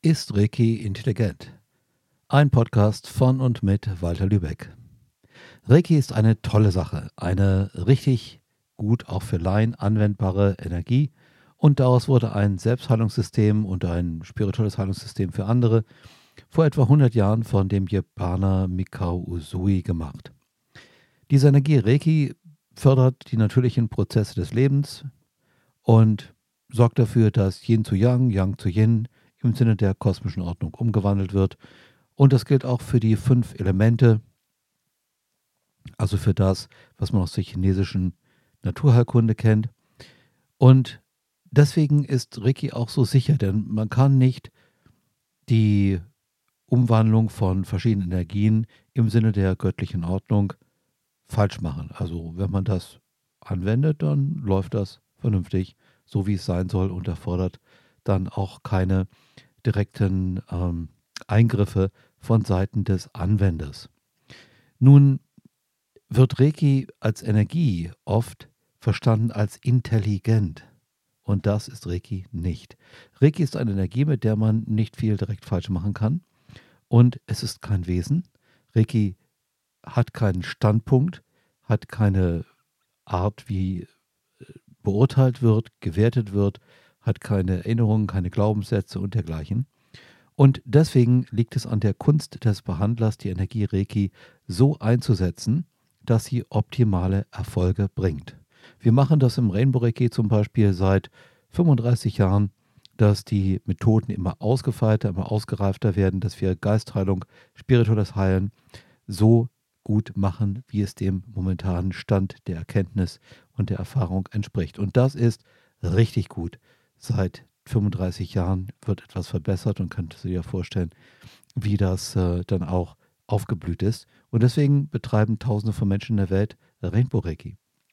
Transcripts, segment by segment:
Ist Reiki intelligent? Ein Podcast von und mit Walter Lübeck. Reiki ist eine tolle Sache, eine richtig gut auch für Laien anwendbare Energie und daraus wurde ein Selbstheilungssystem und ein spirituelles Heilungssystem für andere vor etwa 100 Jahren von dem Japaner Mikao Usui gemacht. Diese Energie Reiki fördert die natürlichen Prozesse des Lebens und sorgt dafür, dass Yin zu Yang, Yang zu Yin im Sinne der kosmischen Ordnung umgewandelt wird. Und das gilt auch für die 5 Elemente, also für das, was man aus der chinesischen Naturheilkunde kennt. Und deswegen ist Reiki auch so sicher, denn man kann nicht die Umwandlung von verschiedenen Energien im Sinne der göttlichen Ordnung falsch machen. Also wenn man das anwendet, dann läuft das vernünftig, so wie es sein soll und erfordert dann auch keine direkten Eingriffe von Seiten des Anwenders. Nun wird Reiki als Energie oft verstanden als intelligent und das ist Reiki nicht. Reiki ist eine Energie, mit der man nicht viel direkt falsch machen kann und es ist kein Wesen. Reiki hat keinen Standpunkt, hat keine Art, wie beurteilt wird, gewertet wird, hat keine Erinnerungen, keine Glaubenssätze und dergleichen. Und deswegen liegt es an der Kunst des Behandlers, die Energie Reiki so einzusetzen, dass sie optimale Erfolge bringt. Wir machen das im Rainbow Reiki zum Beispiel seit 35 Jahren, dass die Methoden immer ausgefeilter, immer ausgereifter werden, dass wir Geistheilung, spirituelles Heilen so gut machen, wie es dem momentanen Stand der Erkenntnis und der Erfahrung entspricht. Und das ist richtig gut. Seit 35 Jahren wird etwas verbessert und könntest du dir vorstellen, wie das dann auch aufgeblüht ist. Und deswegen betreiben Tausende von Menschen in der Welt Rainbow Reiki.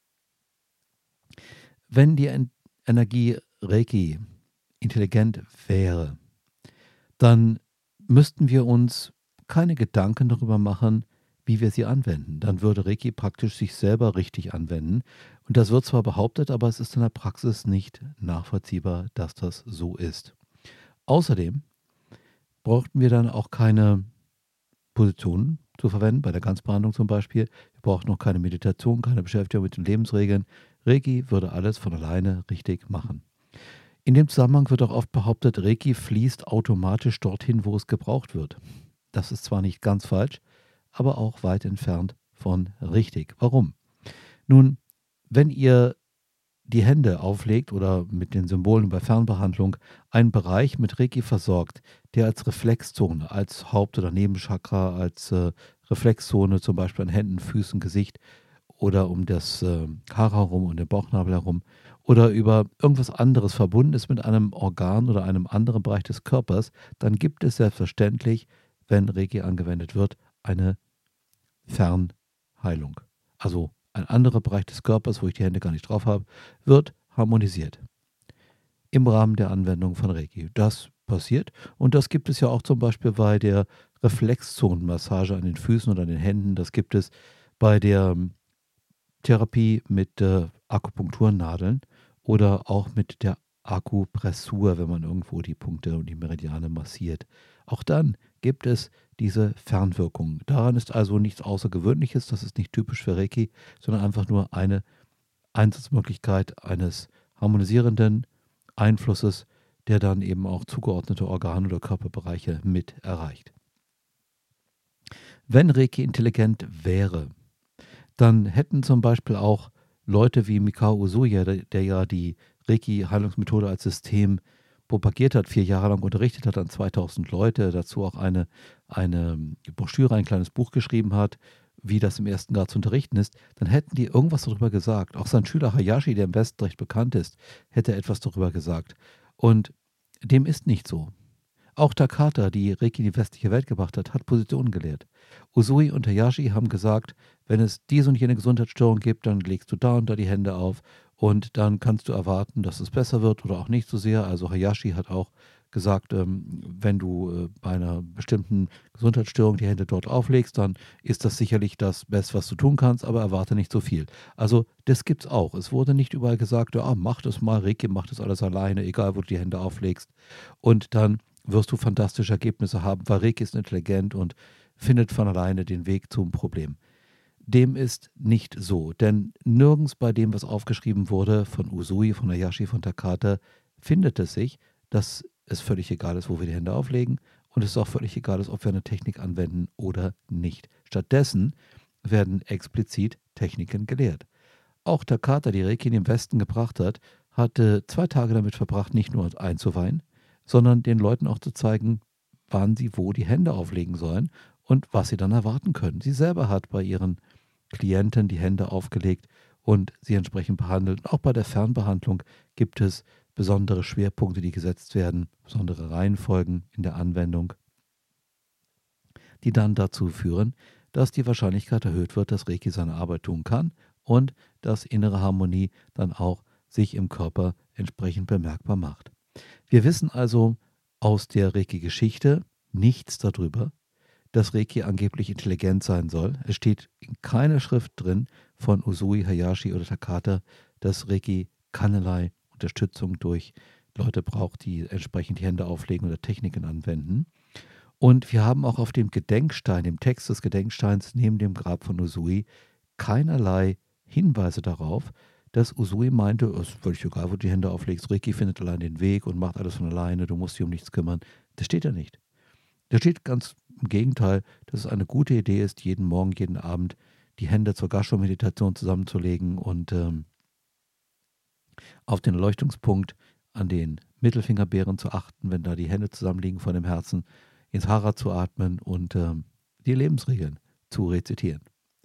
Wenn die Energie Reiki intelligent wäre, dann müssten wir uns keine Gedanken darüber machen, wie wir sie anwenden. Dann würde Reiki praktisch sich selber richtig anwenden. Und das wird zwar behauptet, aber es ist in der Praxis nicht nachvollziehbar, dass das so ist. Außerdem brauchten wir dann auch keine Positionen zu verwenden, bei der Ganzbehandlung zum Beispiel. Wir brauchten noch keine Meditation, keine Beschäftigung mit den Lebensregeln. Reiki würde alles von alleine richtig machen. In dem Zusammenhang wird auch oft behauptet, Reiki fließt automatisch dorthin, wo es gebraucht wird. Das ist zwar nicht ganz falsch, aber auch weit entfernt von richtig. Warum? Nun, wenn ihr die Hände auflegt oder mit den Symbolen bei Fernbehandlung einen Bereich mit Reiki versorgt, der als Reflexzone, als Haupt- oder Nebenchakra, als Reflexzone zum Beispiel an Händen, Füßen, Gesicht oder um das Haar herum und den Bauchnabel herum oder über irgendwas anderes verbunden ist mit einem Organ oder einem anderen Bereich des Körpers, dann gibt es selbstverständlich, wenn Reiki angewendet wird, eine Fernheilung. Also ein anderer Bereich des Körpers, wo ich die Hände gar nicht drauf habe, wird harmonisiert im Rahmen der Anwendung von Reiki. Das passiert und das gibt es ja auch zum Beispiel bei der Reflexzonenmassage an den Füßen oder an den Händen. Das gibt es bei der Therapie mit Akupunkturnadeln oder auch mit der Akupressur, wenn man irgendwo die Punkte und die Meridiane massiert. Auch dann gibt es diese Fernwirkung. Daran ist also nichts Außergewöhnliches, das ist nicht typisch für Reiki, sondern einfach nur eine Einsatzmöglichkeit eines harmonisierenden Einflusses, der dann eben auch zugeordnete Organe oder Körperbereiche mit erreicht. Wenn Reiki intelligent wäre, dann hätten zum Beispiel auch Leute wie Mikao Usui, der ja die Reiki-Heilungsmethode als System propagiert hat, 4 Jahre lang unterrichtet hat an 2000 Leute, dazu auch eine Broschüre, ein kleines Buch geschrieben hat, wie das im ersten Grad zu unterrichten ist, dann hätten die irgendwas darüber gesagt. Auch sein Schüler Hayashi, der im Westen recht bekannt ist, hätte etwas darüber gesagt. Und dem ist nicht so. Auch Takata, die Reiki in die westliche Welt gebracht hat, hat Positionen gelehrt. Usui und Hayashi haben gesagt, wenn es diese und jene Gesundheitsstörung gibt, dann legst du da und da die Hände auf und dann kannst du erwarten, dass es besser wird oder auch nicht so sehr. Also Hayashi hat auch gesagt, wenn du bei einer bestimmten Gesundheitsstörung die Hände dort auflegst, dann ist das sicherlich das Beste, was du tun kannst, aber erwarte nicht so viel. Also das gibt's auch. Es wurde nicht überall gesagt, ja, mach das mal, Reiki, mach das alles alleine, egal wo du die Hände auflegst. Und dann wirst du fantastische Ergebnisse haben, weil Reiki ist intelligent und findet von alleine den Weg zum Problem. Dem ist nicht so, denn nirgends bei dem, was aufgeschrieben wurde von Usui, von Hayashi, von Takata, findet es sich, dass es völlig egal ist, wo wir die Hände auflegen und es ist auch völlig egal ist, ob wir eine Technik anwenden oder nicht. Stattdessen werden explizit Techniken gelehrt. Auch Takata, die Reiki in den Westen gebracht hat, hatte 2 Tage damit verbracht, nicht nur einzuweihen, sondern den Leuten auch zu zeigen, wann sie wo die Hände auflegen sollen und was sie dann erwarten können. Sie selber hat bei ihren Klienten die Hände aufgelegt und sie entsprechend behandelt. Auch bei der Fernbehandlung gibt es besondere Schwerpunkte, die gesetzt werden, besondere Reihenfolgen in der Anwendung, die dann dazu führen, dass die Wahrscheinlichkeit erhöht wird, dass Reiki seine Arbeit tun kann und dass innere Harmonie dann auch sich im Körper entsprechend bemerkbar macht. Wir wissen also aus der Reiki-Geschichte nichts darüber, dass Reiki angeblich intelligent sein soll. Es steht in keiner Schrift drin von Usui, Hayashi oder Takata, dass Reiki keinerlei Unterstützung durch Leute braucht, die entsprechend die Hände auflegen oder Techniken anwenden. Und wir haben auch auf dem Gedenkstein, dem Text des Gedenksteins neben dem Grab von Usui, keinerlei Hinweise darauf, dass Usui meinte, es ist völlig egal, wo du die Hände auflegst, Reiki findet allein den Weg und macht alles von alleine, du musst dich um nichts kümmern. Das steht da nicht. Da steht ganz im Gegenteil, dass es eine gute Idee ist, jeden Morgen, jeden Abend die Hände zur Gassho-Meditation zusammenzulegen und auf den Erleuchtungspunkt an den Mittelfingerbeeren zu achten, wenn da die Hände zusammenliegen vor dem Herzen, ins Hara zu atmen und die Lebensregeln zu rezitieren.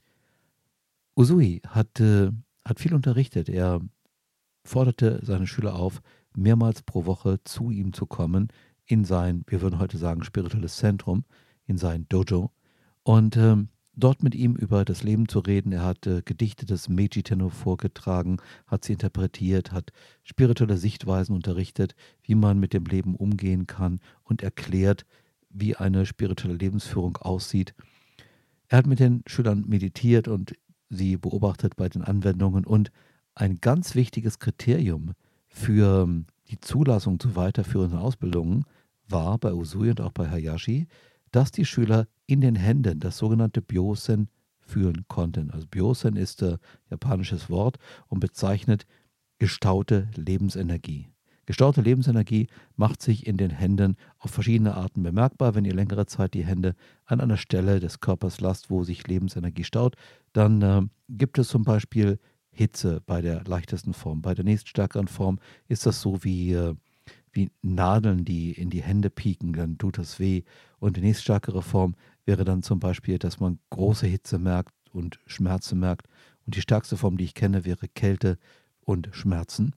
Usui hat viel unterrichtet. Er forderte seine Schüler auf, mehrmals pro Woche zu ihm zu kommen in sein, wir würden heute sagen, spirituelles Zentrum, in sein Dojo und dort mit ihm über das Leben zu reden. Er hat Gedichte des Meiji-Tenno vorgetragen, hat sie interpretiert, hat spirituelle Sichtweisen unterrichtet, wie man mit dem Leben umgehen kann und erklärt, wie eine spirituelle Lebensführung aussieht. Er hat mit den Schülern meditiert und sie beobachtet bei den Anwendungen und ein ganz wichtiges Kriterium für die Zulassung zu weiterführenden Ausbildungen war bei Usui und auch bei Hayashi, dass die Schüler in den Händen das sogenannte Byosen fühlen konnten. Also Byosen ist ein japanisches Wort und bezeichnet gestaute Lebensenergie. Gestaute Lebensenergie macht sich in den Händen auf verschiedene Arten bemerkbar. Wenn ihr längere Zeit die Hände an einer Stelle des Körpers lasst, wo sich Lebensenergie staut, dann gibt es zum Beispiel Hitze bei der leichtesten Form. Bei der nächststärkeren Form ist das so wie Nadeln, die in die Hände pieken, dann tut das weh. Und die nächststärkere Form wäre dann zum Beispiel, dass man große Hitze merkt und Schmerzen merkt. Und die stärkste Form, die ich kenne, wäre Kälte und Schmerzen.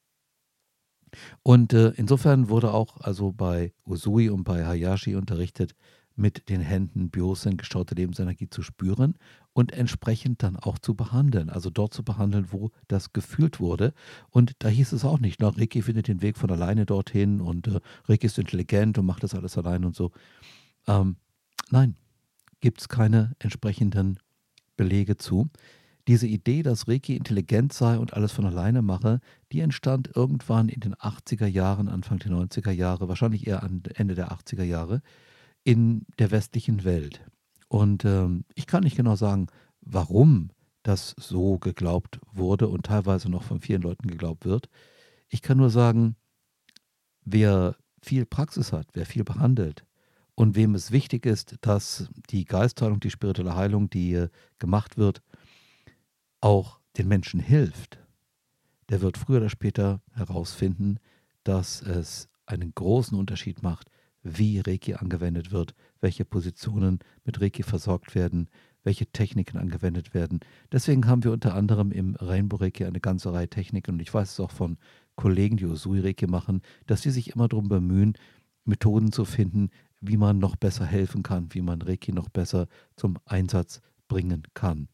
Und insofern wurde auch also bei Usui und bei Hayashi unterrichtet, mit den Händen Byosen, gestaute Lebensenergie zu spüren und entsprechend dann auch zu behandeln. Also dort zu behandeln, wo das gefühlt wurde. Und da hieß es auch nicht, Reiki findet den Weg von alleine dorthin und Reiki ist intelligent und macht das alles allein und so. Nein, gibt es keine entsprechenden Belege zu. Diese Idee, dass Reiki intelligent sei und alles von alleine mache, die entstand irgendwann in den 80er Jahren, Anfang der 90er Jahre, wahrscheinlich eher Ende der 80er Jahre, in der westlichen Welt. Und ich kann nicht genau sagen, warum das so geglaubt wurde und teilweise noch von vielen Leuten geglaubt wird. Ich kann nur sagen, wer viel Praxis hat, wer viel behandelt und wem es wichtig ist, dass die Geistheilung, die spirituelle Heilung, die gemacht wird, auch den Menschen hilft, der wird früher oder später herausfinden, dass es einen großen Unterschied macht, wie Reiki angewendet wird, welche Positionen mit Reiki versorgt werden, welche Techniken angewendet werden. Deswegen haben wir unter anderem im Rainbow Reiki eine ganze Reihe Techniken und ich weiß es auch von Kollegen, die Usui Reiki machen, dass sie sich immer darum bemühen, Methoden zu finden, wie man noch besser helfen kann, wie man Reiki noch besser zum Einsatz bringen kann.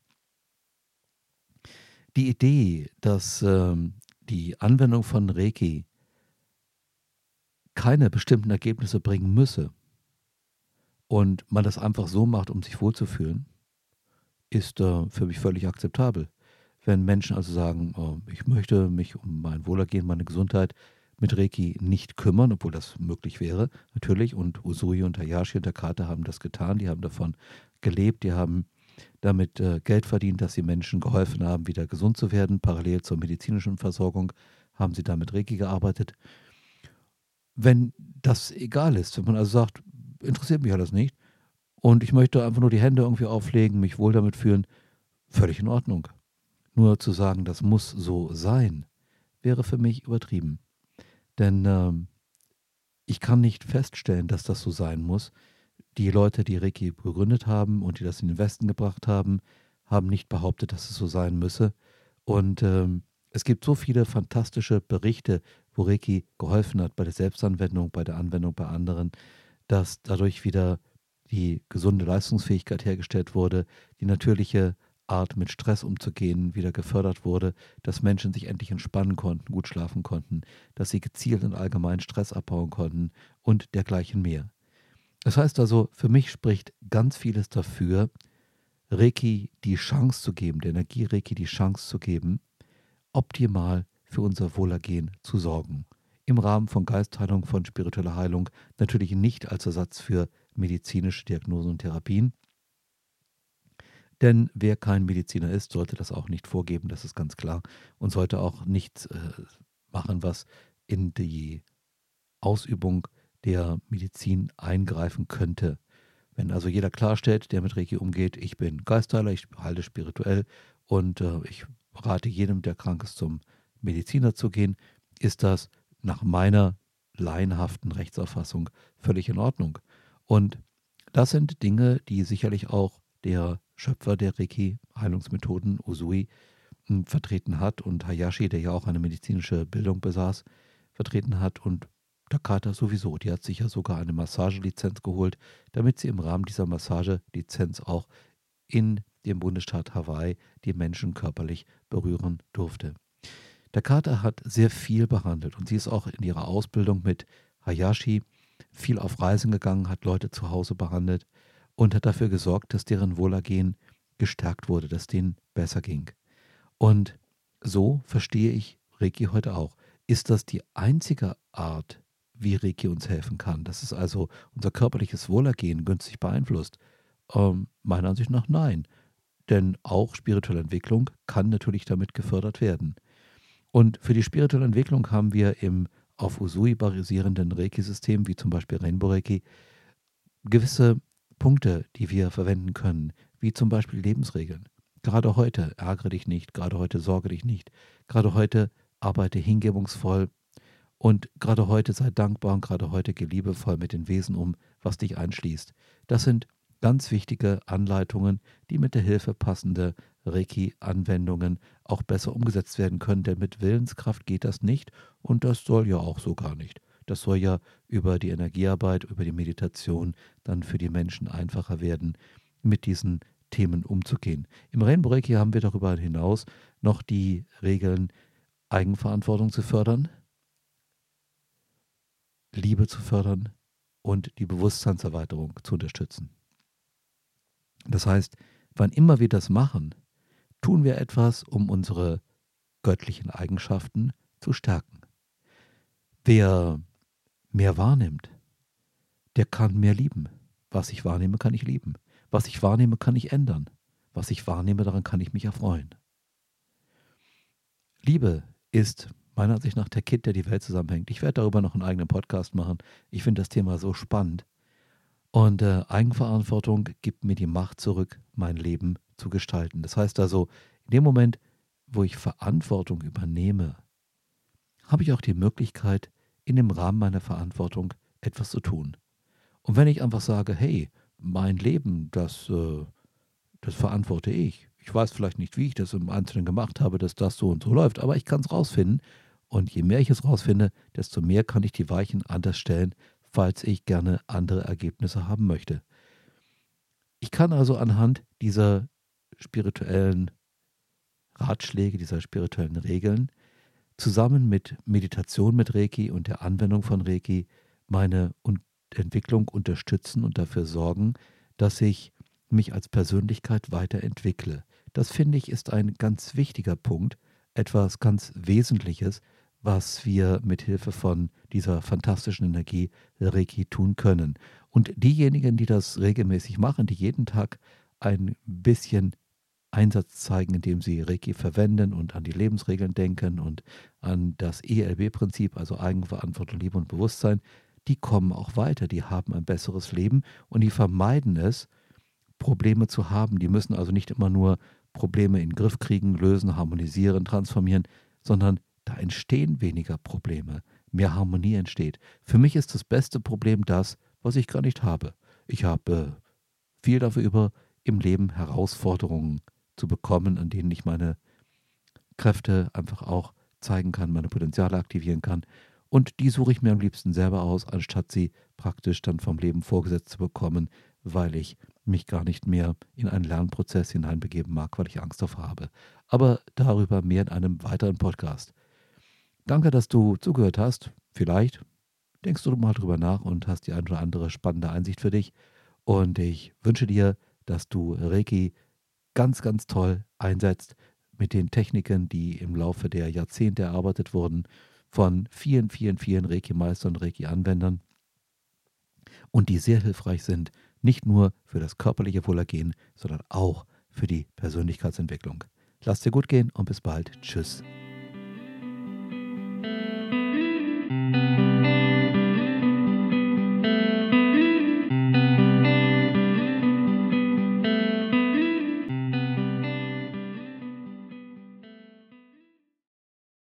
Die Idee, dass die Anwendung von Reiki keine bestimmten Ergebnisse bringen müsse und man das einfach so macht, um sich wohlzufühlen, ist für mich völlig akzeptabel. Wenn Menschen also sagen, ich möchte mich um mein Wohlergehen, meine Gesundheit mit Reiki nicht kümmern, obwohl das möglich wäre, natürlich. Und Usui und Hayashi und Takata haben das getan. Die haben davon gelebt, die haben damit Geld verdient, dass sie Menschen geholfen haben, wieder gesund zu werden. Parallel zur medizinischen Versorgung haben sie da mit Reiki gearbeitet. Wenn das egal ist, wenn man also sagt, interessiert mich alles nicht und ich möchte einfach nur die Hände irgendwie auflegen, mich wohl damit fühlen, völlig in Ordnung. Nur zu sagen, das muss so sein, wäre für mich übertrieben. Denn ich kann nicht feststellen, dass das so sein muss. Die Leute, die Reiki begründet haben und die das in den Westen gebracht haben, haben nicht behauptet, dass es so sein müsse. Und es gibt so viele fantastische Berichte, wo Reiki geholfen hat bei der Selbstanwendung, bei der Anwendung bei anderen, dass dadurch wieder die gesunde Leistungsfähigkeit hergestellt wurde, die natürliche Art mit Stress umzugehen wieder gefördert wurde, dass Menschen sich endlich entspannen konnten, gut schlafen konnten, dass sie gezielt und allgemein Stress abbauen konnten und dergleichen mehr. Das heißt also, für mich spricht ganz vieles dafür, Reiki die Chance zu geben, der Energie Reiki die Chance zu geben, optimal für unser Wohlergehen zu sorgen. Im Rahmen von Geistheilung, von spiritueller Heilung, natürlich nicht als Ersatz für medizinische Diagnosen und Therapien. Denn wer kein Mediziner ist, sollte das auch nicht vorgeben, das ist ganz klar. Und sollte auch nichts machen, was in die Ausübung der Medizin eingreifen könnte. Wenn also jeder klarstellt, der mit Reiki umgeht, ich bin Geistheiler, ich halte spirituell und ich rate jedem, der krank ist, zum Mediziner zu gehen, ist das nach meiner laienhaften Rechtsauffassung völlig in Ordnung. Und das sind Dinge, die sicherlich auch der Schöpfer der Reiki-Heilungsmethoden, Usui, vertreten hat und Hayashi, der ja auch eine medizinische Bildung besaß, vertreten hat und Takata sowieso. Die hat sich ja sogar eine Massagelizenz geholt, damit sie im Rahmen dieser Massagelizenz auch in dem Bundesstaat Hawaii die Menschen körperlich berühren durfte. Takata hat sehr viel behandelt und sie ist auch in ihrer Ausbildung mit Hayashi viel auf Reisen gegangen, hat Leute zu Hause behandelt und hat dafür gesorgt, dass deren Wohlergehen gestärkt wurde, dass denen besser ging. Und so verstehe ich Reiki heute auch. Ist das die einzige Art, wie Reiki uns helfen kann? Dass es also unser körperliches Wohlergehen günstig beeinflusst? Meiner Ansicht nach nein. Denn auch spirituelle Entwicklung kann natürlich damit gefördert werden. Und für die spirituelle Entwicklung haben wir im auf Usui basierenden Reiki-System, wie zum Beispiel Rainbow Reiki, gewisse Punkte, die wir verwenden können, wie zum Beispiel Lebensregeln. Gerade heute ärgere dich nicht, gerade heute sorge dich nicht, gerade heute arbeite hingebungsvoll und gerade heute sei dankbar und gerade heute geh liebevoll mit den Wesen um, was dich einschließt. Das sind ganz wichtige Anleitungen, die mit der Hilfe passender Reiki-Anwendungen auch besser umgesetzt werden können, denn mit Willenskraft geht das nicht und das soll ja auch so gar nicht. Das soll ja über die Energiearbeit, über die Meditation dann für die Menschen einfacher werden, mit diesen Themen umzugehen. Im Rainbow Reiki haben wir darüber hinaus noch die Regeln, Eigenverantwortung zu fördern, Liebe zu fördern und die Bewusstseinserweiterung zu unterstützen. Das heißt, wann immer wir das machen, tun wir etwas, um unsere göttlichen Eigenschaften zu stärken. Wer mehr wahrnimmt, der kann mehr lieben. Was ich wahrnehme, kann ich lieben. Was ich wahrnehme, kann ich ändern. Was ich wahrnehme, daran kann ich mich erfreuen. Liebe ist meiner Ansicht nach der Kitt, der die Welt zusammenhängt. Ich werde darüber noch einen eigenen Podcast machen. Ich finde das Thema so spannend. Und Eigenverantwortung gibt mir die Macht zurück, mein Leben zu gestalten. Das heißt also, in dem Moment, wo ich Verantwortung übernehme, habe ich auch die Möglichkeit, in dem Rahmen meiner Verantwortung etwas zu tun. Und wenn ich einfach sage, hey, mein Leben, das verantworte ich. Ich weiß vielleicht nicht, wie ich das im Einzelnen gemacht habe, dass das so und so läuft, aber ich kann es rausfinden. Und je mehr ich es rausfinde, desto mehr kann ich die Weichen anders stellen, falls ich gerne andere Ergebnisse haben möchte. Ich kann also anhand dieser spirituellen Ratschläge, dieser spirituellen Regeln, zusammen mit Meditation mit Reiki und der Anwendung von Reiki meine Entwicklung unterstützen und dafür sorgen, dass ich mich als Persönlichkeit weiterentwickle. Das finde ich ist ein ganz wichtiger Punkt, etwas ganz Wesentliches, was wir mit Hilfe von dieser fantastischen Energie Reiki tun können. Und diejenigen, die das regelmäßig machen, die jeden Tag ein bisschen Einsatz zeigen, indem sie Reiki verwenden und an die Lebensregeln denken und an das ELB-Prinzip, also Eigenverantwortung, Liebe und Bewusstsein, die kommen auch weiter, die haben ein besseres Leben und die vermeiden es, Probleme zu haben. Die müssen also nicht immer nur Probleme in den Griff kriegen, lösen, harmonisieren, transformieren, sondern da entstehen weniger Probleme. Mehr Harmonie entsteht. Für mich ist das beste Problem das, was ich gar nicht habe. Ich habe viel dafür über, im Leben Herausforderungen zu bekommen, an denen ich meine Kräfte einfach auch zeigen kann, meine Potenziale aktivieren kann. Und die suche ich mir am liebsten selber aus, anstatt sie praktisch dann vom Leben vorgesetzt zu bekommen, weil ich mich gar nicht mehr in einen Lernprozess hineinbegeben mag, weil ich Angst davor habe. Aber darüber mehr in einem weiteren Podcast. Danke, dass du zugehört hast. Vielleicht denkst du mal drüber nach und hast die ein oder andere spannende Einsicht für dich. Und ich wünsche dir, dass du Reiki ganz, ganz toll einsetzt mit den Techniken, die im Laufe der Jahrzehnte erarbeitet wurden von vielen, vielen, vielen Reiki-Meistern und Reiki-Anwendern und die sehr hilfreich sind, nicht nur für das körperliche Wohlergehen, sondern auch für die Persönlichkeitsentwicklung. Lass dir gut gehen und bis bald. Tschüss.